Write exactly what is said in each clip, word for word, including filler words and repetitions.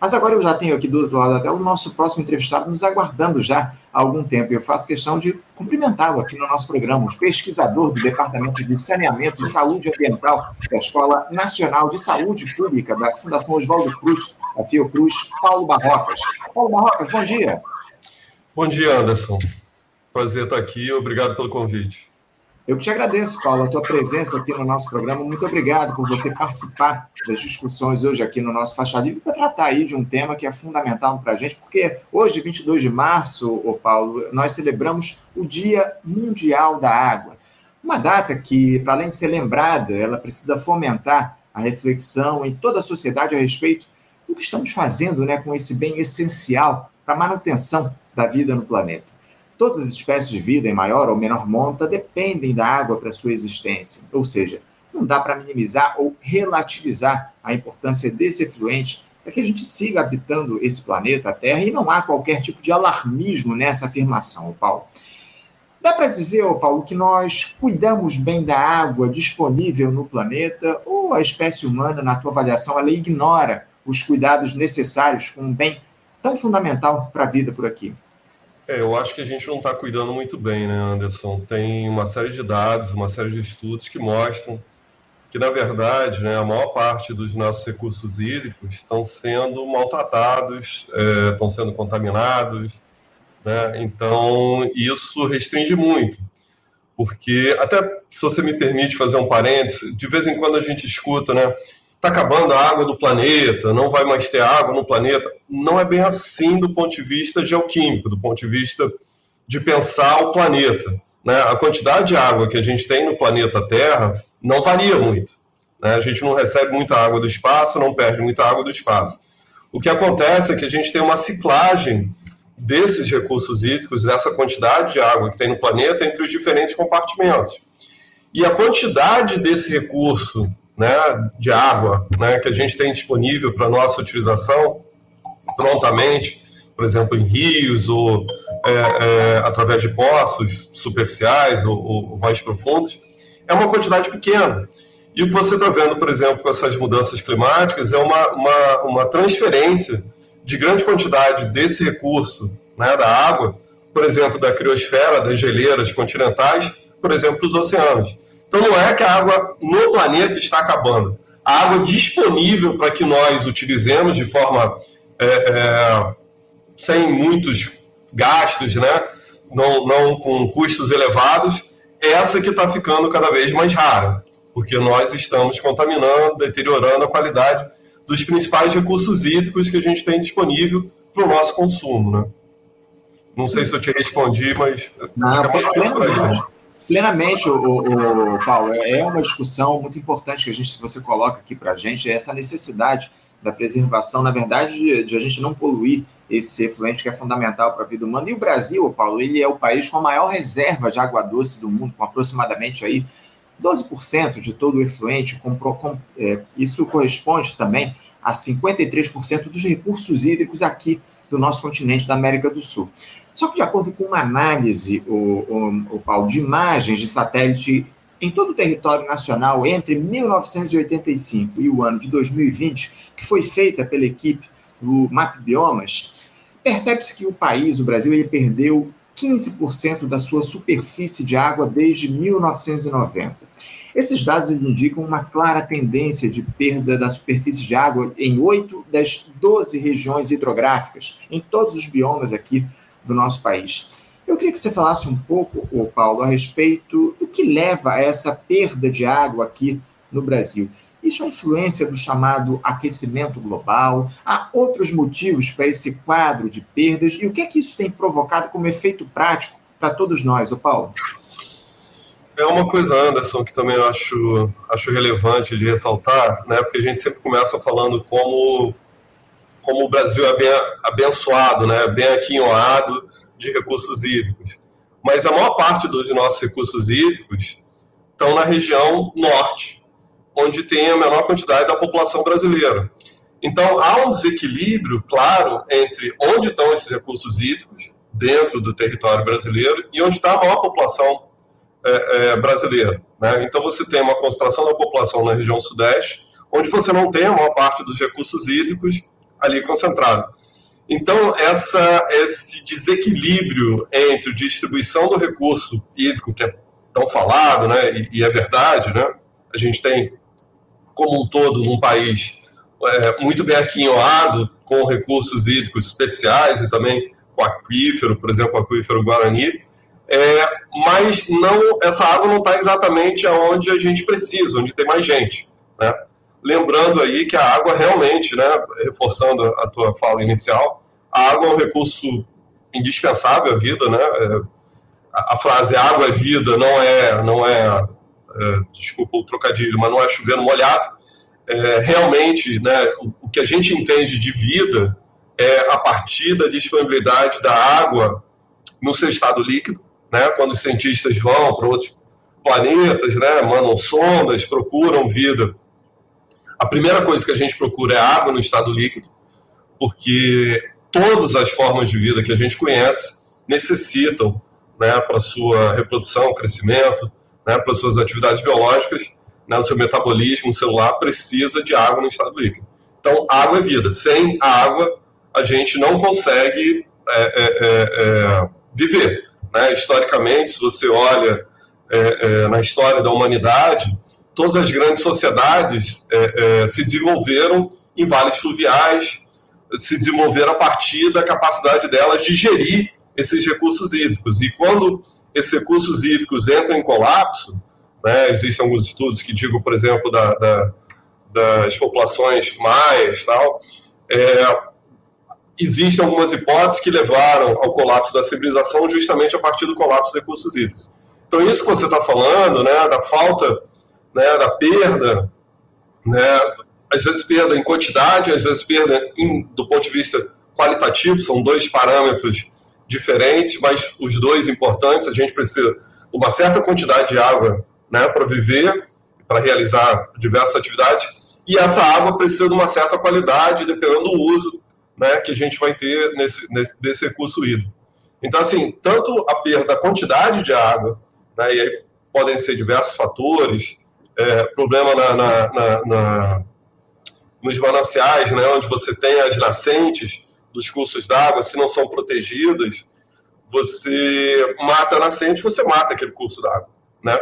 Mas agora eu já tenho aqui do outro lado da tela o nosso próximo entrevistado nos aguardando já há algum tempo. Eu faço questão de cumprimentá-lo aqui no nosso programa, o pesquisador do Departamento de Saneamento e Saúde Ambiental da Escola Nacional de Saúde Pública da Fundação Oswaldo Cruz, da Fiocruz, Paulo Barrocas. Paulo Barrocas, bom dia. Bom dia, Anderson. Prazer estar aqui, obrigado pelo convite. Eu que te agradeço, Paulo, a tua presença aqui no nosso programa. Muito obrigado por você participar das discussões hoje aqui no nosso Faixa Livre para tratar aí de um tema que é fundamental para a gente, porque hoje, vinte e dois de março, ô Paulo, nós celebramos o Dia Mundial da Água. Uma data que, para além de ser lembrada, ela precisa fomentar a reflexão em toda a sociedade a respeito do que estamos fazendo, né, com esse bem essencial para a manutenção da vida no planeta. Todas as espécies de vida, em maior ou menor monta, dependem da água para sua existência. Ou seja, não dá para minimizar ou relativizar a importância desse efluente para que a gente siga habitando esse planeta, a Terra, e não há qualquer tipo de alarmismo nessa afirmação, Paulo. Dá para dizer, Paulo, que nós cuidamos bem da água disponível no planeta, ou a espécie humana, na tua avaliação, ela ignora os cuidados necessários com um bem tão fundamental para a vida por aqui? É, eu acho que a gente não está cuidando muito bem, né, Anderson? Tem uma série de dados, uma série de estudos que mostram que, na verdade, né, a maior parte dos nossos recursos hídricos estão sendo maltratados, é, estão sendo contaminados, né? Então, isso restringe muito, porque, até se você me permite fazer um parênteses, de vez em quando a gente escuta, né? Está acabando a água do planeta, não vai mais ter água no planeta. Não é bem assim do ponto de vista geoquímico, do ponto de vista de pensar o planeta, né? A quantidade de água que a gente tem no planeta Terra não varia muito, né? A gente não recebe muita água do espaço, não perde muita água do espaço. O que acontece é que a gente tem uma ciclagem desses recursos hídricos, dessa quantidade de água que tem no planeta, entre os diferentes compartimentos. E a quantidade desse recurso, né, de água, né, que a gente tem disponível para nossa utilização prontamente, por exemplo, em rios ou é, é, através de poços superficiais ou, ou mais profundos, é uma quantidade pequena. E o que você está vendo, por exemplo, com essas mudanças climáticas é uma, uma, uma transferência de grande quantidade desse recurso, né, da água, por exemplo, da criosfera, das geleiras continentais, por exemplo, para os oceanos. Então, não é que a água no planeta está acabando. A água disponível para que nós utilizemos de forma é, é, sem muitos gastos, né? não, não com custos elevados, é essa que está ficando cada vez mais rara, porque nós estamos contaminando, deteriorando a qualidade dos principais recursos hídricos que a gente tem disponível para o nosso consumo. Né? Não sei se eu te respondi, mas... Não, plenamente, plenamente o, o, o Paulo, é uma discussão muito importante que a gente, você coloca aqui para a gente, é essa necessidade da preservação, na verdade, de, de a gente não poluir esse efluente que é fundamental para a vida humana. E o Brasil, Paulo, ele é o país com a maior reserva de água doce do mundo, com aproximadamente aí doze por cento de todo o efluente. Com, com, é, isso corresponde também a cinquenta e três por cento dos recursos hídricos aqui do nosso continente, da América do Sul. Só que, de acordo com uma análise, o, o, o Paulo, de imagens de satélite em todo o território nacional entre mil novecentos e oitenta e cinco e o ano de dois mil e vinte, que foi feita pela equipe do MapBiomas, percebe-se que o país, o Brasil, ele perdeu quinze por cento da sua superfície de água desde mil novecentos e noventa. Esses dados indicam uma clara tendência de perda da superfície de água em oito das doze regiões hidrográficas, em todos os biomas aqui do nosso país. Eu queria que você falasse um pouco, Paulo, a respeito do que leva a essa perda de água aqui no Brasil. Isso é influência do chamado aquecimento global? Há outros motivos para esse quadro de perdas? E o que é que isso tem provocado como efeito prático para todos nós, Paulo? É uma coisa, Anderson, que também eu acho, acho relevante de ressaltar, né? Porque a gente sempre começa falando como, como o Brasil é bem abençoado, né? Bem aquinhoado de recursos hídricos. Mas a maior parte dos nossos recursos hídricos estão na região norte, onde tem a menor quantidade da população brasileira. Então, há um desequilíbrio claro entre onde estão esses recursos hídricos, dentro do território brasileiro, e onde está a maior população é, é, brasileira. Né? Então, você tem uma concentração da população na região sudeste, onde você não tem a maior parte dos recursos hídricos ali concentrado. Então, essa, esse desequilíbrio entre distribuição do recurso hídrico, que é tão falado, né, e, e é verdade, né, a gente tem, como um todo, num país é, muito bem aquinhoado, com recursos hídricos superficiais e também com aquífero, por exemplo, o aquífero Guarani, é, mas não, essa água não está exatamente onde a gente precisa, onde tem mais gente, né? Lembrando aí que a água realmente, né, reforçando a tua fala inicial, a água é um recurso indispensável à vida, né? A, a frase água é vida não é, não é, é, desculpa o trocadilho, mas não é chover no molhado. É, realmente, né, o, o que a gente entende de vida é a partir da disponibilidade da água no seu estado líquido, né? Quando os cientistas vão para outros planetas, né, mandam sondas, procuram vida. A primeira coisa que a gente procura é água no estado líquido, porque todas as formas de vida que a gente conhece necessitam, né, para sua reprodução, crescimento, né, para suas atividades biológicas, né, o seu metabolismo celular precisa de água no estado líquido. Então, água é vida. Sem água, a gente não consegue é, é, é, viver. Né? Historicamente, se você olha é, é, na história da humanidade, todas as grandes sociedades é, é, se desenvolveram em vales fluviais, se desenvolveram a partir da capacidade delas de gerir esses recursos hídricos. E quando esses recursos hídricos entram em colapso, né, existem alguns estudos que digam, por exemplo, da, da, das populações maias, tal, é, existem algumas hipóteses que levaram ao colapso da civilização justamente a partir do colapso dos recursos hídricos. Então, isso que você está falando, né, da falta, né, da perda, né, às vezes perda em quantidade, às vezes perda em, do ponto de vista qualitativo, são dois parâmetros diferentes, mas os dois importantes. A gente precisa de uma certa quantidade de água, né, para viver, para realizar diversas atividades, e essa água precisa de uma certa qualidade, dependendo do uso, né, que a gente vai ter nesse, nesse, desse recurso hídrico. Então, assim, tanto a perda da quantidade de água, né, e aí podem ser diversos fatores, é, problema na, na, na, na, nos mananciais, né, onde você tem as nascentes dos cursos d'água, se não são protegidas, você mata a nascente, você mata aquele curso d'água, né?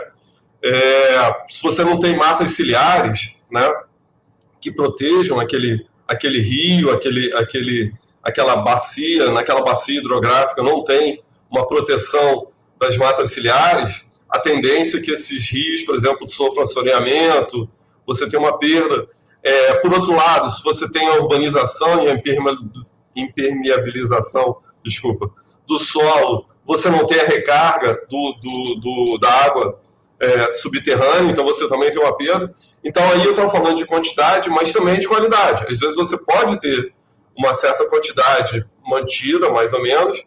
É, se você não tem matas ciliares, né, que protejam aquele, aquele rio, aquele, aquele, aquela bacia, naquela bacia hidrográfica não tem uma proteção das matas ciliares, a tendência é que esses rios, por exemplo, sofram assoreamento, você tem uma perda. É, por outro lado, se você tem a urbanização e a impermeabilização, desculpa, do solo, você não tem a recarga do, do, do, da água é, subterrânea, então você também tem uma perda. Então aí eu estou falando de quantidade, mas também de qualidade. Às vezes você pode ter uma certa quantidade mantida, mais ou menos,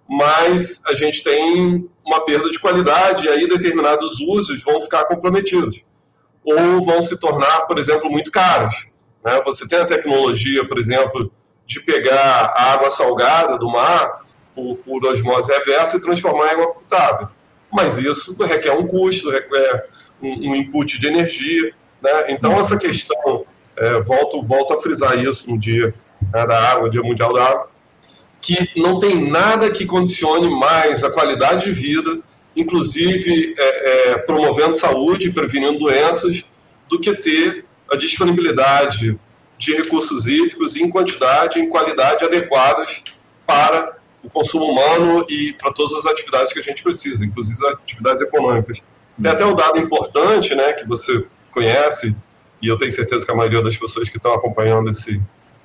mas a gente tem uma perda de qualidade e aí determinados usos vão ficar comprometidos ou vão se tornar, por exemplo, muito caros. Né? Você tem a tecnologia, por exemplo, de pegar a água salgada do mar por, por osmose reversa e transformar em água potável. Mas isso requer um custo, requer um, um input de energia. Né? Então, essa questão, é, volto, volto a frisar isso no dia, né, da água, Dia Mundial da Água, que não tem nada que condicione mais a qualidade de vida, inclusive é, é, promovendo saúde e prevenindo doenças, do que ter a disponibilidade de recursos hídricos em quantidade e em qualidade adequadas para o consumo humano e para todas as atividades que a gente precisa, inclusive as atividades econômicas. Tem até um dado importante, né, que você conhece, e eu tenho certeza que a maioria das pessoas que estão acompanhando esse,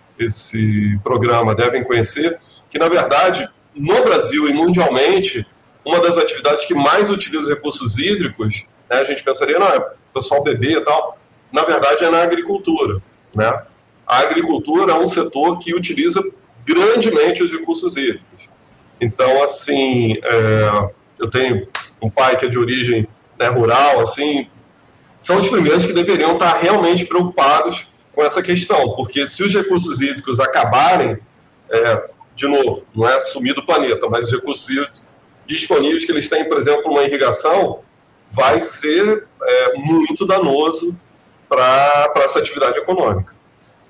esse programa devem conhecer, que, na verdade, no Brasil e mundialmente, uma das atividades que mais utiliza recursos hídricos, né, a gente pensaria, não, é o pessoal beber e tal, na verdade é na agricultura. Né? A agricultura é um setor que utiliza grandemente os recursos hídricos. Então, assim, é, eu tenho um pai que é de origem, né, rural, assim, são os primeiros que deveriam estar realmente preocupados com essa questão, porque se os recursos hídricos acabarem, é, de novo, não é sumir do planeta, mas os recursos hídricos disponíveis que eles têm, por exemplo, uma irrigação, vai ser é, muito danoso para essa atividade econômica.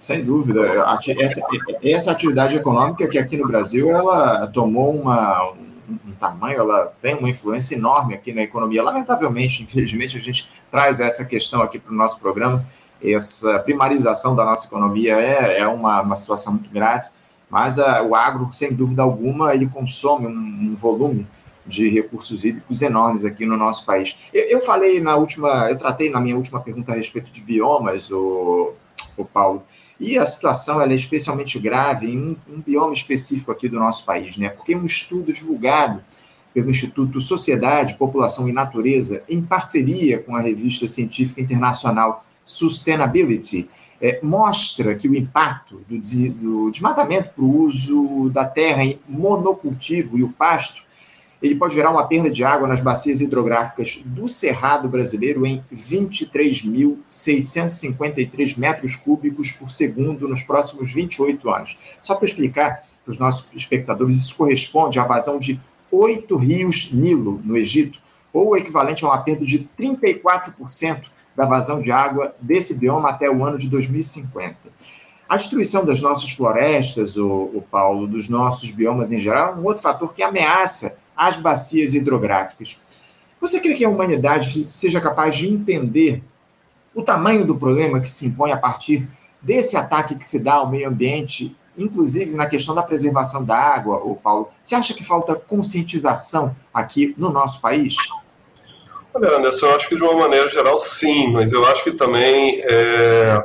Sem dúvida. Essa, essa atividade econômica que aqui no Brasil ela tomou uma, um, um tamanho, ela tem uma influência enorme aqui na economia. Lamentavelmente, infelizmente, a gente traz essa questão aqui para o nosso programa. Essa primarização da nossa economia é, é uma, uma situação muito grave, mas a, o agro, sem dúvida alguma, ele consome um, um volume de recursos hídricos enormes aqui no nosso país. Eu, eu falei na última, eu tratei na minha última pergunta a respeito de biomas, o, o Paulo, e a situação ela é especialmente grave em um, um bioma específico aqui do nosso país, né? Porque um estudo divulgado pelo Instituto Sociedade, População e Natureza, em parceria com a revista científica internacional Sustainability, é, mostra que o impacto do, do desmatamento para o uso da terra em monocultivo e o pasto, ele pode gerar uma perda de água nas bacias hidrográficas do Cerrado brasileiro em vinte e três mil seiscentos e cinquenta e três metros cúbicos por segundo nos próximos vinte e oito anos. Só para explicar para os nossos espectadores, isso corresponde à vazão de oito rios Nilo, no Egito, ou o equivalente a uma perda de trinta e quatro por cento da vazão de água desse bioma até o ano de dois mil e cinquenta. A destruição das nossas florestas, o, o Paulo, dos nossos biomas em geral, é um outro fator que ameaça as bacias hidrográficas. Você crê que a humanidade seja capaz de entender o tamanho do problema que se impõe a partir desse ataque que se dá ao meio ambiente, inclusive na questão da preservação da água, ô Paulo? Você acha que falta conscientização aqui no nosso país? Olha, Anderson, eu acho que de uma maneira geral sim, mas eu acho que também é,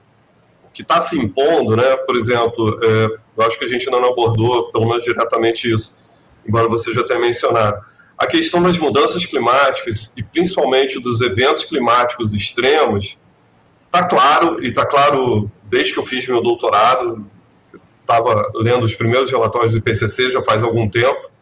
o que está se impondo, né, por exemplo, é, eu acho que a gente ainda não abordou, pelo menos diretamente isso, embora você já tenha mencionado, a questão das mudanças climáticas e principalmente dos eventos climáticos extremos, está claro, e está claro desde que eu fiz meu doutorado, estava lendo os primeiros relatórios do I P C C já faz algum tempo,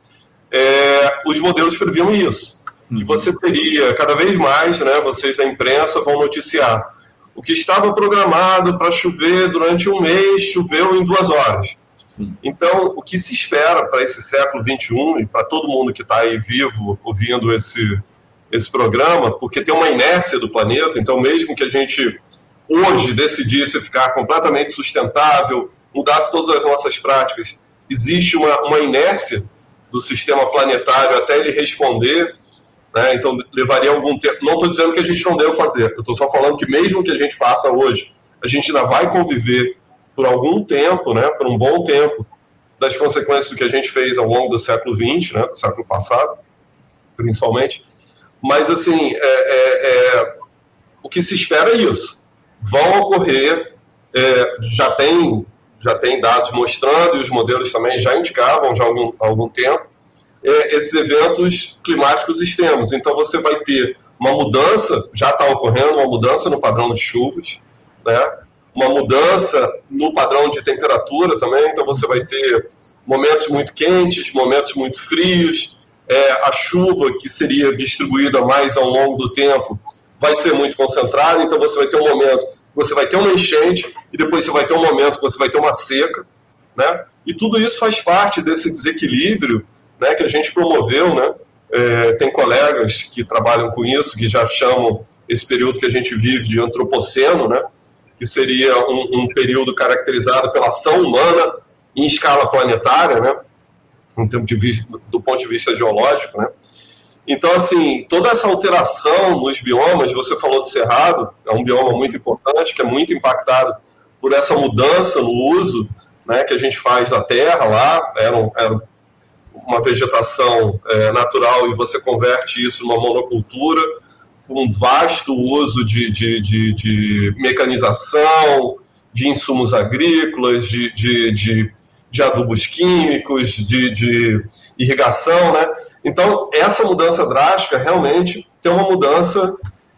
é, os modelos previam isso, que você teria, cada vez mais, né, vocês da imprensa vão noticiar, o que estava programado para chover durante um mês, choveu em duas horas. Sim. Então, o que se espera para esse século vinte e um, e para todo mundo que está aí vivo ouvindo esse, esse programa, porque tem uma inércia do planeta, então mesmo que a gente hoje decidisse ficar completamente sustentável, mudasse todas as nossas práticas, existe uma, uma inércia do sistema planetário até ele responder, né? Então levaria algum tempo. Não estou dizendo que a gente não deve fazer, eu estou só falando que mesmo que a gente faça hoje, a gente ainda vai conviver por algum tempo, né, por um bom tempo, das consequências do que a gente fez ao longo do século vinte, né, do século passado, principalmente. Mas, assim, é, é, é, o que se espera é isso. Vão ocorrer, é, já, tem, já tem dados mostrando, e os modelos também já indicavam já há algum, há algum tempo, é, esses eventos climáticos extremos. Então, você vai ter uma mudança, já está ocorrendo, uma mudança no padrão de chuvas, né, uma mudança no padrão de temperatura também, então você vai ter momentos muito quentes, momentos muito frios, é, a chuva que seria distribuída mais ao longo do tempo vai ser muito concentrada, então você vai ter um momento, você vai ter uma enchente, e depois você vai ter um momento que você vai ter uma seca, né? E tudo isso faz parte desse desequilíbrio, né, que a gente promoveu, né? É, tem colegas que trabalham com isso, que já chamam esse período que a gente vive de antropoceno, né? Que seria um, um período caracterizado pela ação humana em escala planetária, né, em termos de vista, do ponto de vista geológico, né. Então, assim, toda essa alteração nos biomas, você falou do Cerrado, é um bioma muito importante, que é muito impactado por essa mudança no uso, né, que a gente faz da terra lá, era, era uma vegetação é, natural e você converte isso numa monocultura, um vasto uso de, de, de, de mecanização, de insumos agrícolas, de, de, de, de adubos químicos, de, de irrigação, né? Então, essa mudança drástica realmente tem uma mudança,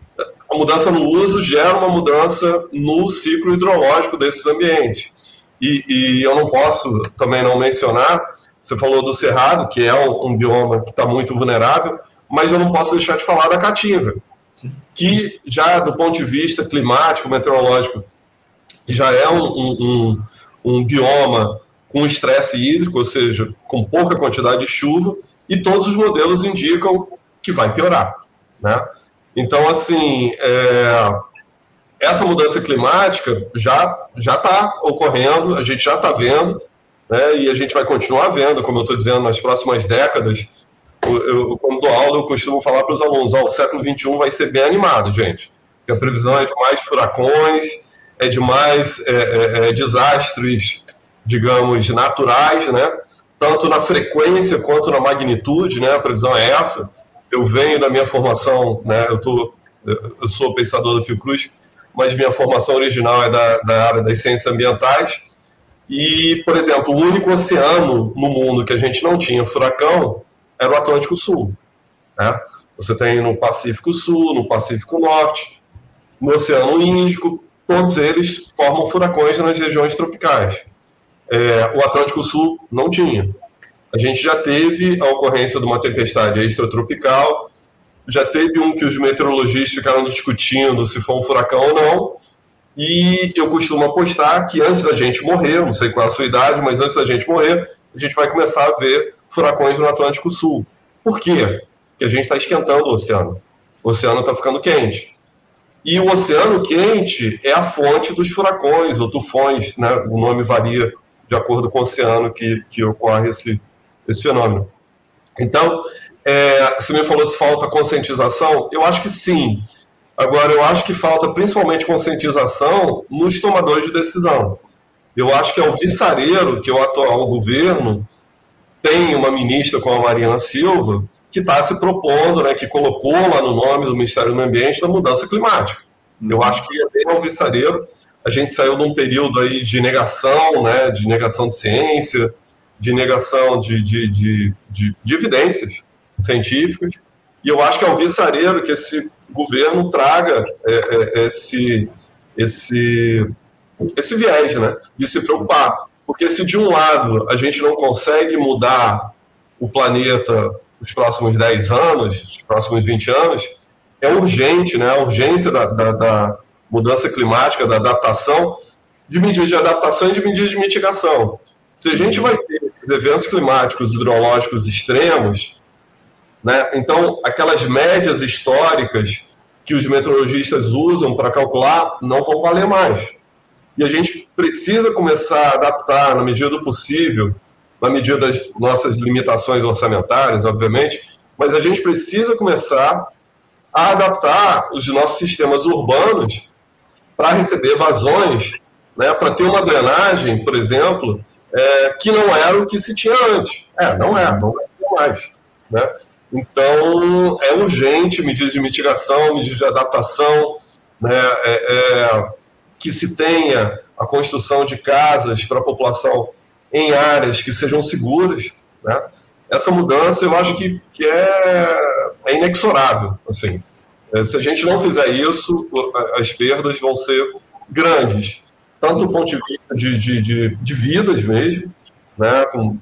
a mudança no uso gera uma mudança no ciclo hidrológico desses ambientes. E, e eu não posso também não mencionar, você falou do Cerrado, que é um, um bioma que está muito vulnerável, mas eu não posso deixar de falar da Caatinga, que já do ponto de vista climático, meteorológico, já é um, um, um bioma com estresse hídrico, ou seja, com pouca quantidade de chuva, e todos os modelos indicam que vai piorar, né? Então, assim, é, essa mudança climática já já está ocorrendo, a gente já está vendo, né, e a gente vai continuar vendo, como eu estou dizendo, nas próximas décadas. Eu, eu, quando dou aula, eu costumo falar para os alunos, ó, o século vinte e um vai ser bem animado, gente, porque a previsão é de mais furacões, é de mais é, é, é, desastres, digamos, naturais, né, tanto na frequência quanto na magnitude, né, a previsão é essa. Eu venho da minha formação, né, eu, tô, eu sou pensador da Fiocruz, mas minha formação original é da, da área das ciências ambientais, e, por exemplo, o único oceano no mundo que a gente não tinha furacão era o Atlântico Sul. Né? Você tem no Pacífico Sul, no Pacífico Norte, no Oceano Índico, todos eles formam furacões nas regiões tropicais. É, o Atlântico Sul não tinha. A gente já teve a ocorrência de uma tempestade extratropical, já teve um que os meteorologistas ficaram discutindo se foi um furacão ou não, e eu costumo apostar que antes da gente morrer, não sei qual é a sua idade, mas antes da gente morrer, a gente vai começar a ver furacões no Atlântico Sul. Por quê? Porque a gente está esquentando o oceano. O oceano está ficando quente. E o oceano quente é a fonte dos furacões ou tufões, né? O nome varia de acordo com o oceano que, que ocorre esse, esse fenômeno. Então, é, você me falou se falta conscientização, eu acho que sim. Agora, eu acho que falta principalmente conscientização nos tomadores de decisão. Eu acho que é o viçareiro que o atual governo tem uma ministra como a Marina Silva que está se propondo, né, que colocou lá no nome do Ministério do Meio Ambiente da mudança climática. Eu acho que é bem ao viçareiro. A gente saiu de um período aí de negação, né, de negação de ciência, de negação de, de, de, de, de evidências científicas, e eu acho que é ao viçareiro que esse governo traga é, é, esse, esse, esse viés, né, de se preocupar. Porque se de um lado a gente não consegue mudar o planeta nos próximos dez anos, nos próximos vinte anos, é urgente, né, a urgência da, da, da mudança climática, da adaptação, de medidas de adaptação e de medidas de mitigação. Se a gente vai ter eventos climáticos hidrológicos extremos, né, então aquelas médias históricas que os meteorologistas usam para calcular não vão valer mais. E a gente precisa começar a adaptar, na medida do possível, na medida das nossas limitações orçamentárias, obviamente, mas a gente precisa começar a adaptar os nossos sistemas urbanos para receber vazões, né, para ter uma drenagem, por exemplo, é, que não era o que se tinha antes. É, não é, não vai ser mais. Né? Então, é urgente medidas de mitigação, medidas de adaptação, né, é, é, que se tenha a construção de casas para a população em áreas que sejam seguras. Né? Essa mudança, eu acho que, que é, é inexorável. Assim. É, se a gente não fizer isso, as perdas vão ser grandes, tanto do ponto de vista de, de, de, de vidas mesmo, né, com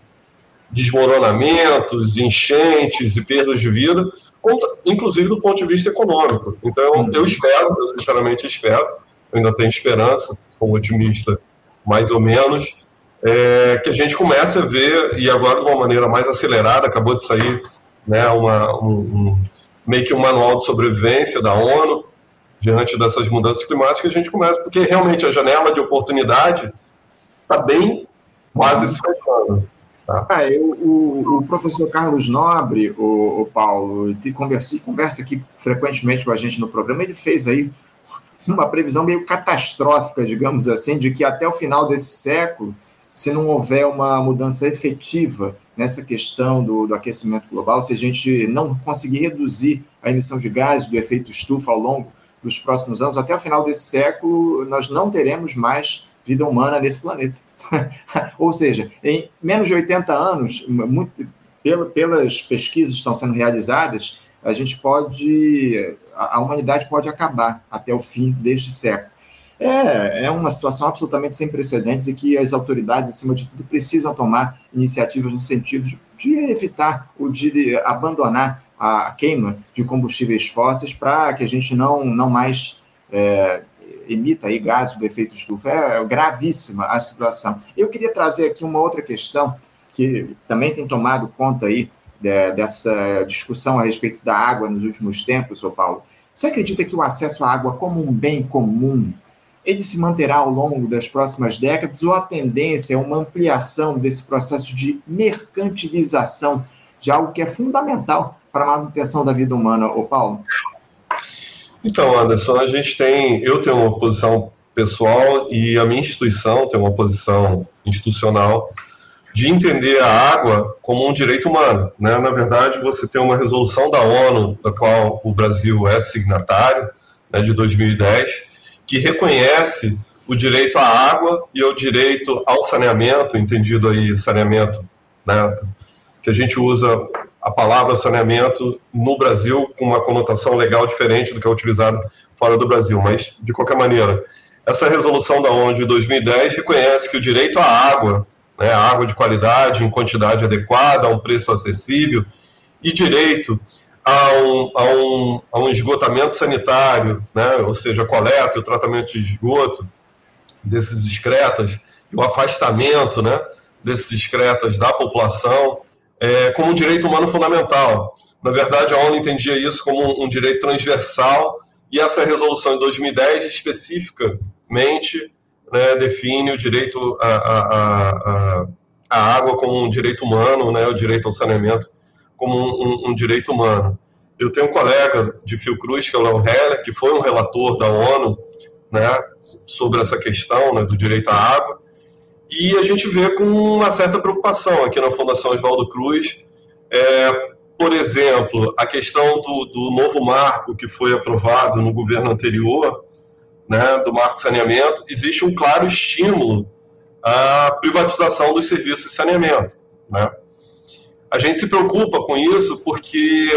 desmoronamentos, enchentes e perdas de vida, inclusive do ponto de vista econômico. Então, eu espero, eu sinceramente espero, eu ainda tenho esperança, como otimista, mais ou menos, é, que a gente comece a ver, e agora de uma maneira mais acelerada, acabou de sair, né, uma, um, um, meio que um manual de sobrevivência da ONU, diante dessas mudanças climáticas, a gente começa, porque realmente a janela de oportunidade está bem quase se fechando. Tá? Ah, eu, o, o professor Carlos Nobre, o, o Paulo, te conversa, conversa aqui frequentemente com a gente no programa, ele fez aí uma previsão meio catastrófica, digamos assim, de que até o final desse século, se não houver uma mudança efetiva nessa questão do, do aquecimento global, se a gente não conseguir reduzir a emissão de gases do efeito estufa ao longo dos próximos anos, até o final desse século, nós não teremos mais vida humana nesse planeta. Ou seja, em menos de oitenta anos, muito, pela, pelas pesquisas que estão sendo realizadas, a gente pode, a humanidade pode acabar até o fim deste século. É, é uma situação absolutamente sem precedentes e que as autoridades, acima de tudo, precisam tomar iniciativas no sentido de, de evitar ou de abandonar a queima de combustíveis fósseis para que a gente não, não mais é, emita aí gases do efeito estufa. É gravíssima a situação. Eu queria trazer aqui uma outra questão que também tem tomado conta aí de, dessa discussão a respeito da água nos últimos tempos, ô Paulo. Você acredita que o acesso à água como um bem comum, ele se manterá ao longo das próximas décadas, ou a tendência é uma ampliação desse processo de mercantilização de algo que é fundamental para a manutenção da vida humana, ô Paulo? Então, Anderson, a gente tem, eu tenho uma posição pessoal e a minha instituição tem uma posição institucional de entender a água como um direito humano, né? Na verdade, você tem uma resolução da ONU, da qual o Brasil é signatário, né, de dois mil e dez, que reconhece o direito à água e o direito ao saneamento, entendido aí saneamento, né, que a gente usa a palavra saneamento no Brasil com uma conotação legal diferente do que é utilizado fora do Brasil, mas, de qualquer maneira, essa resolução da ONU de dois mil e dez reconhece que o direito à água, né, água de qualidade, em quantidade adequada, a um preço acessível, e direito a um, a um, a um esgotamento sanitário, né, ou seja, a coleta e o tratamento de esgoto desses excretas, e o afastamento, né, desses excretas da população, é, como um direito humano fundamental. Na verdade, a ONU entendia isso como um, um direito transversal, e essa resolução de dois mil e dez especificamente, né, define o direito à, à, à, à água como um direito humano, né, o direito ao saneamento como um, um, um direito humano. Eu tenho um colega de Fiocruz, que é o Léo Heller, que foi um relator da ONU, né, sobre essa questão, né, do direito à água, e a gente vê com uma certa preocupação aqui na Fundação Oswaldo Cruz, é, por exemplo, a questão do, do novo marco que foi aprovado no governo anterior, né, do marco de saneamento, existe um claro estímulo à privatização dos serviços de saneamento, né? A gente se preocupa com isso porque,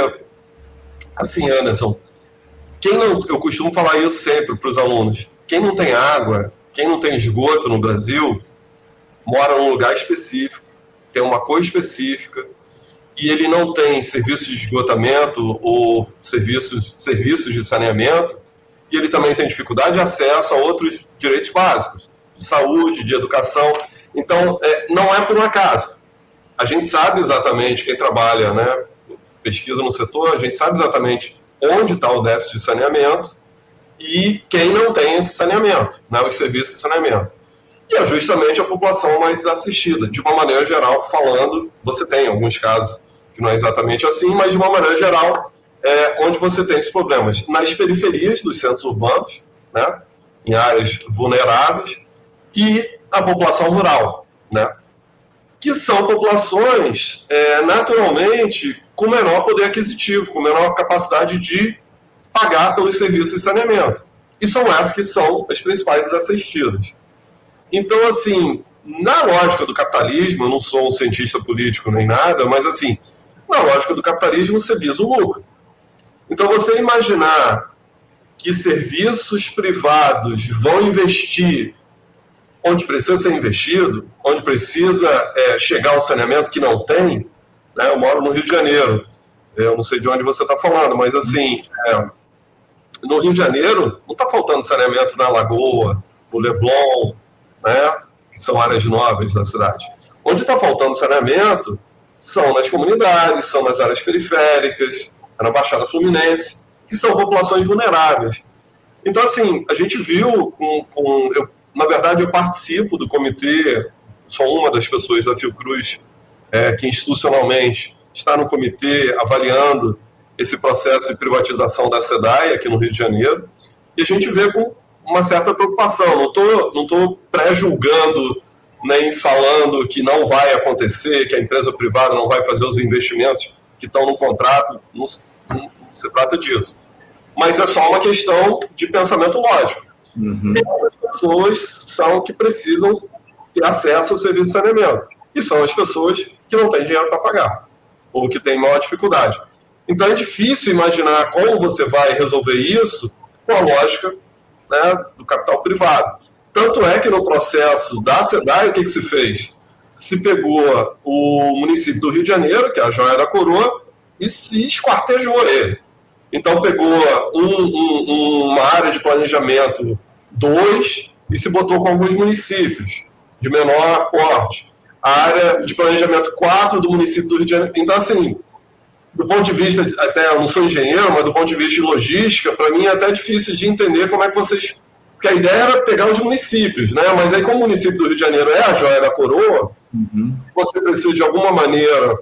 assim, Anderson, quem não, eu costumo falar isso sempre para os alunos, quem não tem água, quem não tem esgoto no Brasil, mora num lugar específico, tem uma cor específica, e ele não tem serviços de esgotamento ou serviços, serviços de saneamento, e ele também tem dificuldade de acesso a outros direitos básicos, de saúde, de educação. Então, é, não é por um acaso. A gente sabe exatamente, quem trabalha, né, pesquisa no setor, a gente sabe exatamente onde está o déficit de saneamento e quem não tem esse saneamento, né, os serviços de saneamento. E é justamente a população mais assistida. De uma maneira geral, falando, você tem alguns casos que não é exatamente assim, mas de uma maneira geral, é onde você tem esses problemas. Nas periferias dos centros urbanos, né, em áreas vulneráveis, e a população rural, né, que são populações, é, naturalmente, com menor poder aquisitivo, com menor capacidade de pagar pelos serviços de saneamento. E são essas que são as principais desassistidas. Então, assim, na lógica do capitalismo, eu não sou um cientista político nem nada, mas, assim, na lógica do capitalismo, você visa o lucro. Então, você imaginar que serviços privados vão investir onde precisa ser investido, onde precisa é, chegar ao saneamento que não tem, né? Eu moro no Rio de Janeiro, eu não sei de onde você está falando, mas, assim, é, no Rio de Janeiro não está faltando saneamento na Lagoa, no Leblon, né, que são áreas nobres da cidade. Onde está faltando saneamento são nas comunidades, são nas áreas periféricas, na Baixada Fluminense, que são populações vulneráveis. Então, assim, a gente viu, com, com eu, na verdade, eu participo do comitê, sou uma das pessoas da Fiocruz é, que institucionalmente está no comitê avaliando esse processo de privatização da SEDAI aqui no Rio de Janeiro, e a gente vê com uma certa preocupação. Não estou não tô pré-julgando nem falando que não vai acontecer, que a empresa privada não vai fazer os investimentos que estão no contrato, não, não se trata disso. Mas é só uma questão de pensamento lógico. Uhum. As pessoas são que precisam ter acesso ao serviço de saneamento, e são as pessoas que não têm dinheiro para pagar, ou que têm maior dificuldade. Então é difícil imaginar como você vai resolver isso com a lógica, né, do capital privado. Tanto é que no processo da SEDAI, o que, que se fez? Se pegou o município do Rio de Janeiro, que é a joia da coroa, e se esquartejou ele. Então pegou um, um, uma área de planejamento dois e se botou com alguns municípios de menor porte. A área de planejamento quatro do município do Rio de Janeiro. Então, assim, do ponto de vista, até eu não sou engenheiro, mas do ponto de vista de logística, para mim é até difícil de entender como é que vocês... Porque a ideia era pegar os municípios, né? Mas aí como o município do Rio de Janeiro é a joia da coroa, uhum. você precisa de alguma maneira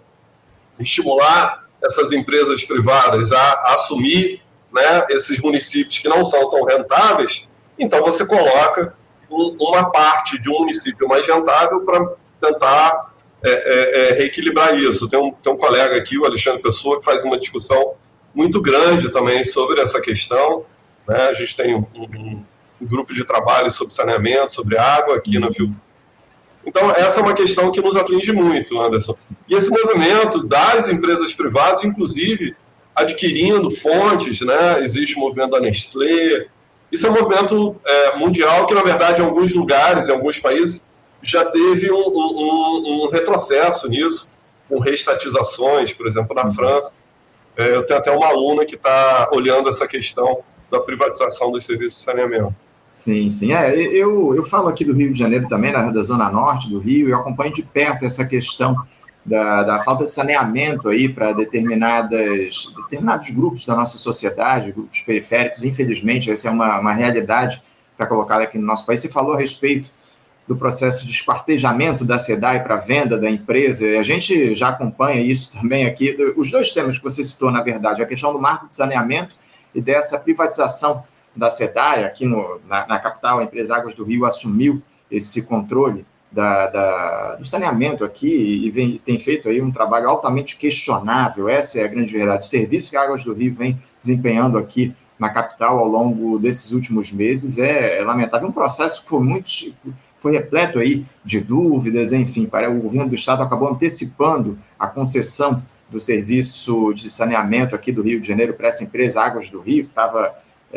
estimular essas empresas privadas a, a assumir, né, esses municípios que não são tão rentáveis, então você coloca um, uma parte de um município mais rentável para tentar é, é, é, reequilibrar isso. Tem um, tem um colega aqui, o Alexandre Pessoa, que faz uma discussão muito grande também sobre essa questão, né? A gente tem um, um, um grupo de trabalho sobre saneamento, sobre água aqui na Fiocruz. Então, essa é uma questão que nos atinge muito, Anderson. E esse movimento das empresas privadas, inclusive, adquirindo fontes, né? Existe o movimento da Nestlé. Isso é um movimento é, mundial que, na verdade, em alguns lugares, em alguns países, já teve um, um, um retrocesso nisso, com reestatizações, por exemplo, na França. É, eu tenho até uma aluna que está olhando essa questão da privatização dos serviços de saneamento. Sim, sim. É, eu, eu falo aqui do Rio de Janeiro também, na, da zona norte do Rio, e eu acompanho de perto essa questão da, da falta de saneamento aí para determinadas, determinados grupos da nossa sociedade, grupos periféricos. Infelizmente, essa é uma, uma realidade que está colocada aqui no nosso país. Você falou a respeito do processo de esquartejamento da SEDAI para a venda da empresa, e a gente já acompanha isso também aqui. Os dois temas que você citou, na verdade, a questão do marco de saneamento e dessa privatização da SEDAI, aqui no, na, na capital, a empresa Águas do Rio assumiu esse controle da, da, do saneamento aqui e vem, tem feito aí um trabalho altamente questionável. Essa é a grande verdade. O serviço que a Águas do Rio vem desempenhando aqui na capital ao longo desses últimos meses é, é lamentável. Um processo que foi muito foi repleto aí de dúvidas, enfim, para o governo do estado acabou antecipando a concessão do serviço de saneamento aqui do Rio de Janeiro para essa empresa Águas do Rio, que estava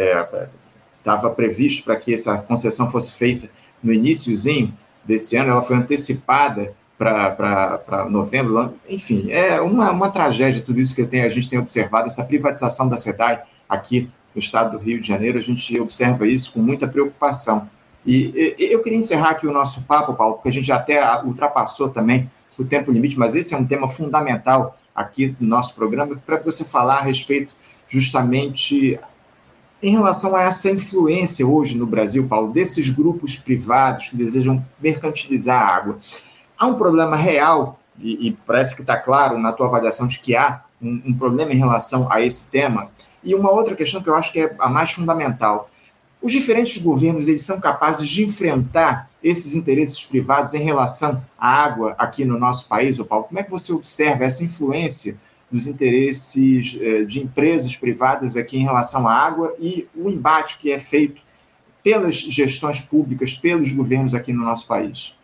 estava é, previsto para que essa concessão fosse feita no iniciozinho desse ano, ela foi antecipada para novembro, enfim, é uma, uma tragédia tudo isso que tem, a gente tem observado, essa privatização da SEDAI aqui no estado do Rio de Janeiro, a gente observa isso com muita preocupação. E, e eu queria encerrar aqui o nosso papo, Paulo, porque a gente já até ultrapassou também o tempo limite, mas esse é um tema fundamental aqui no nosso programa, para você falar a respeito justamente em relação a essa influência hoje no Brasil, Paulo, desses grupos privados que desejam mercantilizar a água. Há um problema real, e, e parece que está claro na tua avaliação de que há um, um problema em relação a esse tema, e uma outra questão que eu acho que é a mais fundamental. Os diferentes governos, eles são capazes de enfrentar esses interesses privados em relação à água aqui no nosso país, ô Paulo? Como é que você observa essa influência dos interesses eh, de empresas privadas aqui em relação à água e o embate que é feito pelas gestões públicas, pelos governos aqui no nosso país?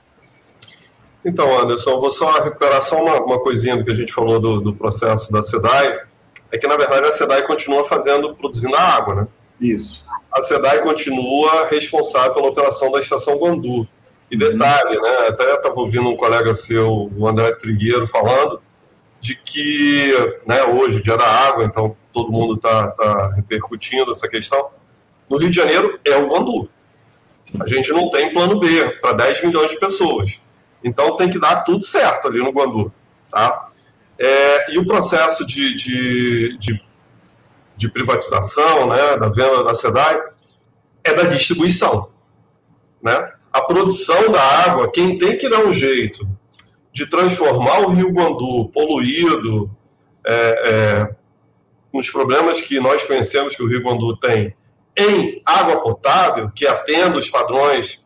Então, Anderson, vou só recuperar só uma, uma coisinha do que a gente falou do, do processo da SEDAI, é que, na verdade, a SEDAI continua fazendo, produzindo a água, né? Isso. A SEDAI continua responsável pela operação da Estação Guandu. E detalhe, uhum. né, até estava ouvindo um colega seu, o André Trigueiro, falando de que, né, hoje, dia da água, então todo mundo está tá repercutindo essa questão. No Rio de Janeiro é o Guandu. A gente não tem plano B para dez milhões de pessoas. Então tem que dar tudo certo ali no Guandu. Tá? É, e o processo de, de, de, de privatização, né, da venda da SEDAI, é da distribuição. Né? A produção da água, quem tem que dar um jeito de transformar o Rio Guandu poluído, é, é, com os problemas que nós conhecemos que o Rio Guandu tem, em água potável, que atenda os padrões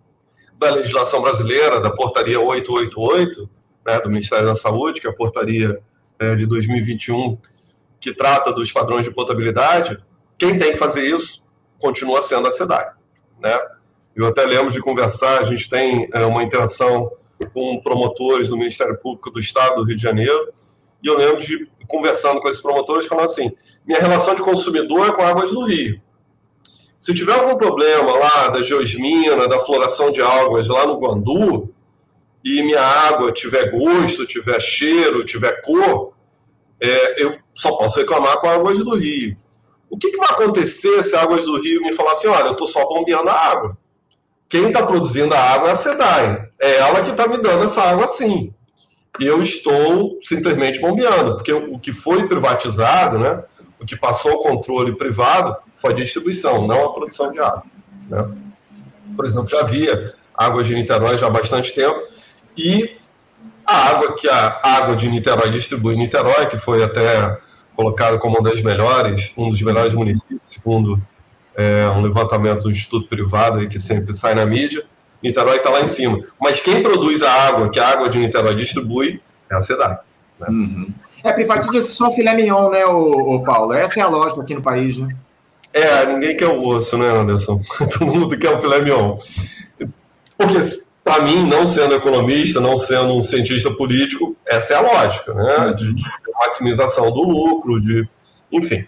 da legislação brasileira, da portaria oitocentos e oitenta e oito, né, do Ministério da Saúde, que é a portaria é, de dois mil e vinte e um, que trata dos padrões de potabilidade, quem tem que fazer isso continua sendo a SEDAI. Né? Eu até lembro de conversar, a gente tem é, uma interação com promotores do Ministério Público do Estado do Rio de Janeiro, e eu lembro de, conversando com esses promotores, falando assim, minha relação de consumidor é com Águas do Rio. Se tiver algum problema lá da geosmina, da floração de algas lá no Guandu, e minha água tiver gosto, tiver cheiro, tiver cor, é, eu só posso reclamar com Águas do Rio. O que, que vai acontecer se Águas do Rio me falar assim, olha, eu estou só bombeando a água? Quem está produzindo a água é a SEDAI. É ela que está me dando essa água assim. e eu estou simplesmente bombeando, porque o que foi privatizado, né, o que passou ao controle privado foi a distribuição, não a produção de água, né? Por exemplo, já havia águas de Niterói já há bastante tempo, e a água que a água de Niterói distribui em Niterói, que foi até colocado como uma das melhores, um dos melhores municípios, segundo é, um levantamento do Instituto Privado aí, que sempre sai na mídia, Niterói está lá em cima. Mas quem produz a água que a água de Niterói distribui é a SEDAI. Né? Uhum. É, privatiza-se só filé mignon, né, o, o Paulo? Essa é a lógica aqui no país, né? É, ninguém quer o osso, né, Anderson? Todo mundo quer o filé mignon. Porque, para mim, não sendo economista, não sendo um cientista político, essa é a lógica, né? De, de maximização do lucro, de, enfim.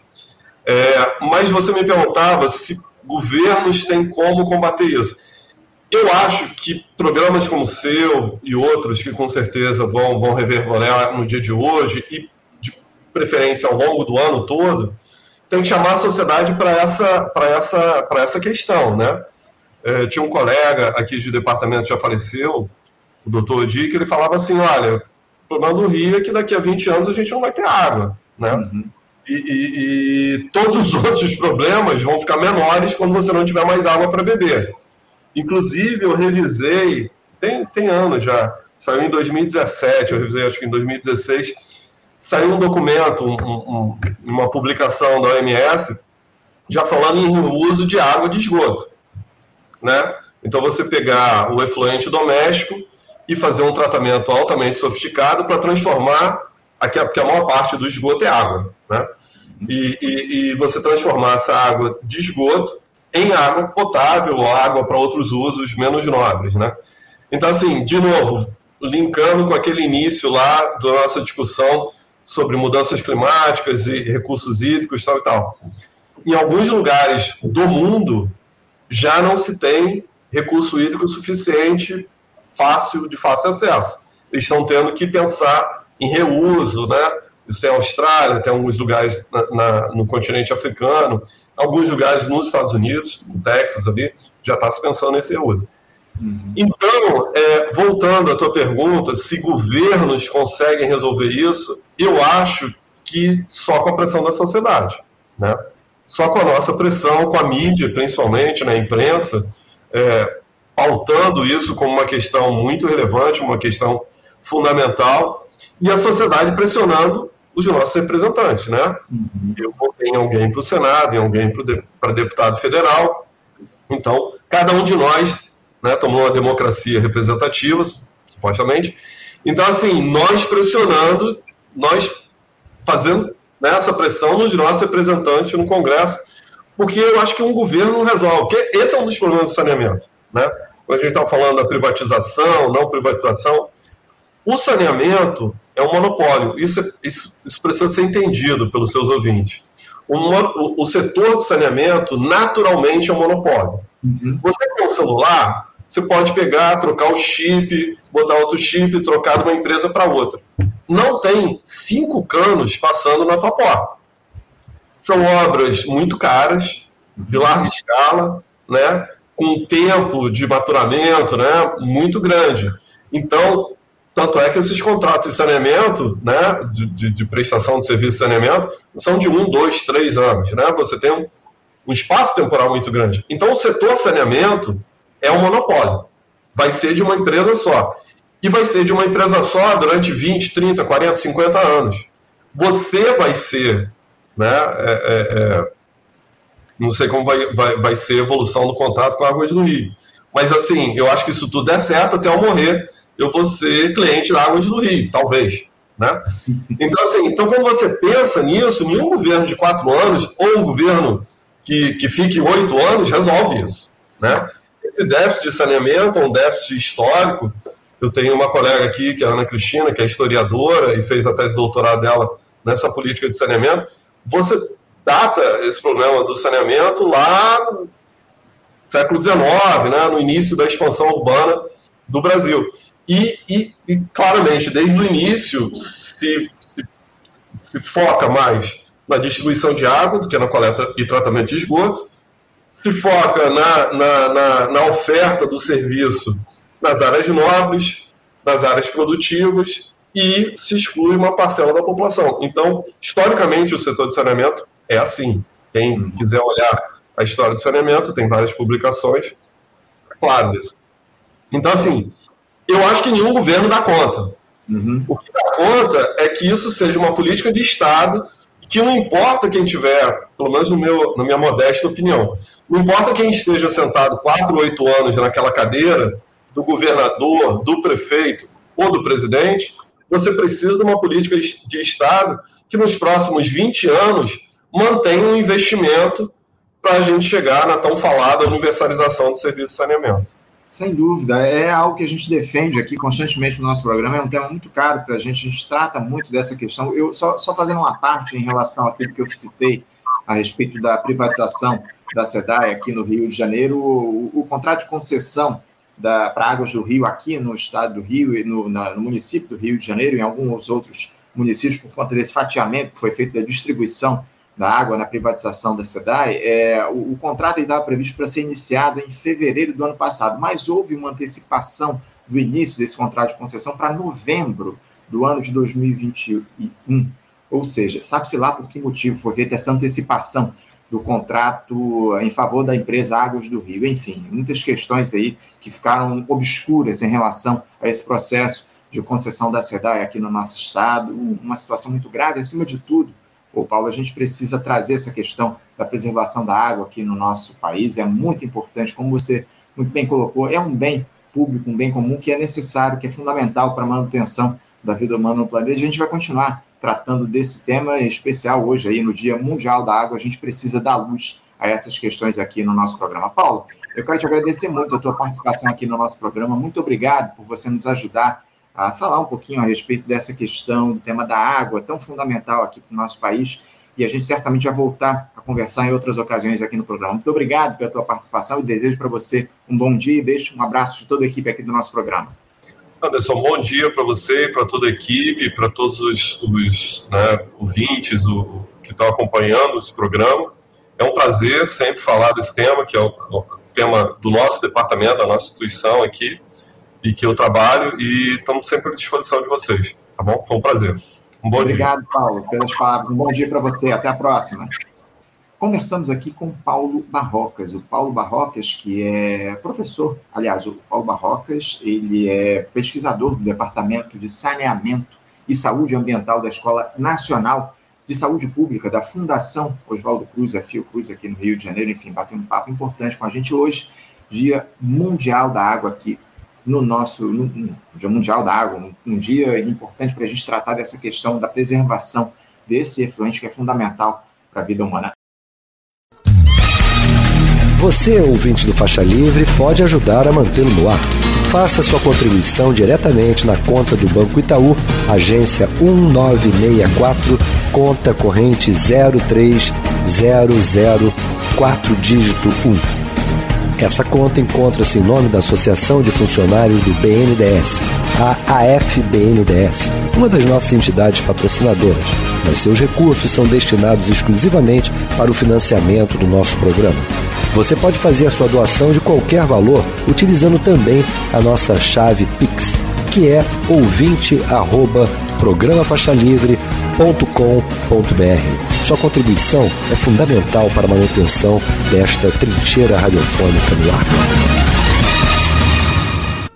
É, mas você me perguntava se governos têm como combater isso. Eu acho que programas como o seu e outros, que com certeza vão, vão reverberar no dia de hoje, e de preferência ao longo do ano todo, tem que chamar a sociedade para essa, para essa, para essa questão, né? É, tinha um colega aqui de departamento que já faleceu, o doutor Odi, que ele falava assim, olha, o problema do Rio é que daqui a vinte anos a gente não vai ter água, né? Uhum. E, e, e todos os outros problemas vão ficar menores quando você não tiver mais água para beber. Inclusive, eu revisei, tem, tem anos já, saiu em dois mil e dezessete, eu revisei acho que em dois mil e dezesseis, saiu um documento, um, um, uma publicação da O M S, já falando em uso de água de esgoto. Né? Então, você pegar o efluente doméstico e fazer um tratamento altamente sofisticado para transformar, aqui, porque a maior parte do esgoto é água, né? E, e, e você transformar essa água de esgoto em água potável ou água para outros usos menos nobres, né? Então, assim, de novo, linkando com aquele início lá da nossa discussão sobre mudanças climáticas e recursos hídricos, tal e tal. Em alguns lugares do mundo já não se tem recurso hídrico suficiente, fácil, de fácil acesso. Eles estão tendo que pensar em reuso, né? Isso é a Austrália, tem alguns lugares na, na, no continente africano, alguns lugares nos Estados Unidos, no Texas ali, já está se pensando nesse reuso. Uhum. Então, é, voltando à tua pergunta, se governos conseguem resolver isso, eu acho que só com a pressão da sociedade, né? Só com a nossa pressão, com a mídia, principalmente na imprensa, é, pautando isso como uma questão muito relevante, uma questão fundamental, e a sociedade pressionando os nossos representantes, né? Uhum. Eu votei em alguém para o Senado, em alguém para deputado federal, então, cada um de nós, né, tomou uma democracia representativa, supostamente, então, assim, nós pressionando, nós fazendo essa pressão nos nossos representantes no Congresso, porque eu acho que um governo não resolve, porque esse é um dos problemas do saneamento, né? Quando a gente está falando da privatização, não privatização, o saneamento é um monopólio, isso, isso, isso precisa ser entendido pelos seus ouvintes. O, o, o setor do saneamento, naturalmente, é um monopólio. Uhum. Você com o celular, você pode pegar, trocar o chip, botar outro chip, trocar de uma empresa para outra. Não tem cinco canos passando na tua porta. São obras muito caras, de larga escala, né, com tempo de maturamento, né, muito grande. Então, tanto é que esses contratos de saneamento, né, de, de, de prestação de serviço de saneamento, são de um, dois, três anos. Né? Você tem um, um espaço temporal muito grande. Então, o setor saneamento é um monopólio. Vai ser de uma empresa só. E vai ser de uma empresa só durante vinte, trinta, quarenta, cinquenta anos. Você vai ser, né, é, é, é, não sei como vai, vai, vai ser a evolução do contrato com a Águas do Rio. Mas, assim, eu acho que se tudo der certo, até eu morrer, eu vou ser cliente da Águas do Rio, talvez. Né? Então, assim, então, quando você pensa nisso, nenhum governo de quatro anos, ou um governo que, que fique oito anos, resolve isso. Né? Esse déficit de saneamento é um déficit histórico. Eu tenho uma colega aqui, que é a Ana Cristina, que é historiadora e fez a tese de doutorado dela nessa política de saneamento. Você data esse problema do saneamento lá no século dezenove, né, no início da expansão urbana do Brasil. E, e, e claramente, desde o início, se, se, se foca mais na distribuição de água do que na coleta e tratamento de esgoto, se foca na, na, na, na oferta do serviço nas áreas nobres, nas áreas produtivas, e se exclui uma parcela da população. Então, historicamente, o setor de saneamento é assim. Quem quiser olhar a história do saneamento, tem várias publicações, é claro disso. Então, assim, eu acho que nenhum governo dá conta. Uhum. O que dá conta é que isso seja uma política de Estado, que não importa quem tiver, pelo menos no meu, na minha modesta opinião, não importa quem esteja sentado quatro, oito anos naquela cadeira, do governador, do prefeito ou do presidente, você precisa de uma política de Estado que nos próximos vinte anos mantenha um investimento para a gente chegar na tão falada universalização do serviço de saneamento. Sem dúvida, é algo que a gente defende aqui constantemente no nosso programa, é um tema muito caro para a gente, a gente trata muito dessa questão. Eu só, só fazendo uma parte em relação àquilo que eu citei a respeito da privatização da SEDAI aqui no Rio de Janeiro, o, o contrato de concessão para Águas do Rio aqui no estado do Rio e no, na, no município do Rio de Janeiro e em alguns outros municípios por conta desse fatiamento que foi feito da distribuição da água na privatização da SEDAI, é, o, o contrato estava previsto para ser iniciado em fevereiro do ano passado, mas houve uma antecipação do início desse contrato de concessão para novembro do ano de dois mil e vinte e um. Ou seja, sabe-se lá por que motivo foi feita essa antecipação do contrato em favor da empresa Águas do Rio. Enfim, muitas questões aí que ficaram obscuras em relação a esse processo de concessão da SEDAI aqui no nosso estado, uma situação muito grave, acima de tudo. Ô, Paulo, a gente precisa trazer essa questão da preservação da água aqui no nosso país, é muito importante, como você muito bem colocou, é um bem público, um bem comum que é necessário, que é fundamental para a manutenção da vida humana no planeta. A gente vai continuar tratando desse tema especial hoje, aí no Dia Mundial da Água, a gente precisa dar luz a essas questões aqui no nosso programa. Paulo, eu quero te agradecer muito a tua participação aqui no nosso programa, muito obrigado por você nos ajudar a falar um pouquinho a respeito dessa questão, do tema da água, tão fundamental aqui para o nosso país, e a gente certamente vai voltar a conversar em outras ocasiões aqui no programa. Muito obrigado pela tua participação e desejo para você um bom dia e deixo um abraço de toda a equipe aqui do nosso programa. Anderson, bom dia para você, para toda a equipe, para todos os, os né, ouvintes o, que estão acompanhando esse programa. É um prazer sempre falar desse tema, que é o, o tema do nosso departamento, da nossa instituição aqui, e que eu trabalho, e estamos sempre à disposição de vocês, tá bom? Foi um prazer. Um bom Obrigado, dia. Paulo, pelas palavras. Um bom dia para você. Até a próxima. Conversamos aqui com Paulo Barrocas. O Paulo Barrocas, que é professor, aliás, o Paulo Barrocas, ele é pesquisador do Departamento de Saneamento e Saúde Ambiental da Escola Nacional de Saúde Pública da Fundação Oswaldo Cruz, a Fiocruz, aqui no Rio de Janeiro. Enfim, bateu um papo importante com a gente hoje, Dia Mundial da Água aqui no nosso no, no Dia Mundial da Água, um, um dia importante para a gente tratar dessa questão da preservação desse efluente que é fundamental para a vida humana. Você, ouvinte do Faixa Livre, pode ajudar a mantê-lo no ar. Faça sua contribuição diretamente na conta do Banco Itaú, agência um nove seis quatro, conta corrente zero três zero zero quatro, dígito um. Essa conta encontra-se em nome da Associação de Funcionários do B N D E S, a A F B N D E S, uma das nossas entidades patrocinadoras, mas seus recursos são destinados exclusivamente para o financiamento do nosso programa. Você pode fazer a sua doação de qualquer valor utilizando também a nossa chave Pix, que é ouvinte arroba programa faixa livre ponto com ponto b r. Sua contribuição é fundamental para a manutenção desta trincheira radiofônica no ar.